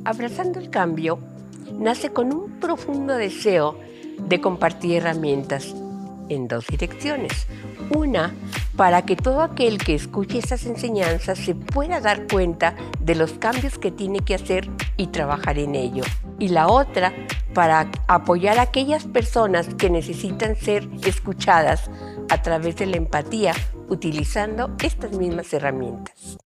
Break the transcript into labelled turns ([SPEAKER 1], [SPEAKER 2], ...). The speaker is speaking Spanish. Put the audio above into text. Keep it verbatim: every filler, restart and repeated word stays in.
[SPEAKER 1] Abrazando el cambio nace con un profundo deseo de compartir herramientas en dos direcciones. Una, para que todo aquel que escuche esas enseñanzas se pueda dar cuenta de los cambios que tiene que hacer y trabajar en ello. Y la otra, para apoyar a aquellas personas que necesitan ser escuchadas a través de la empatía, utilizando estas mismas herramientas.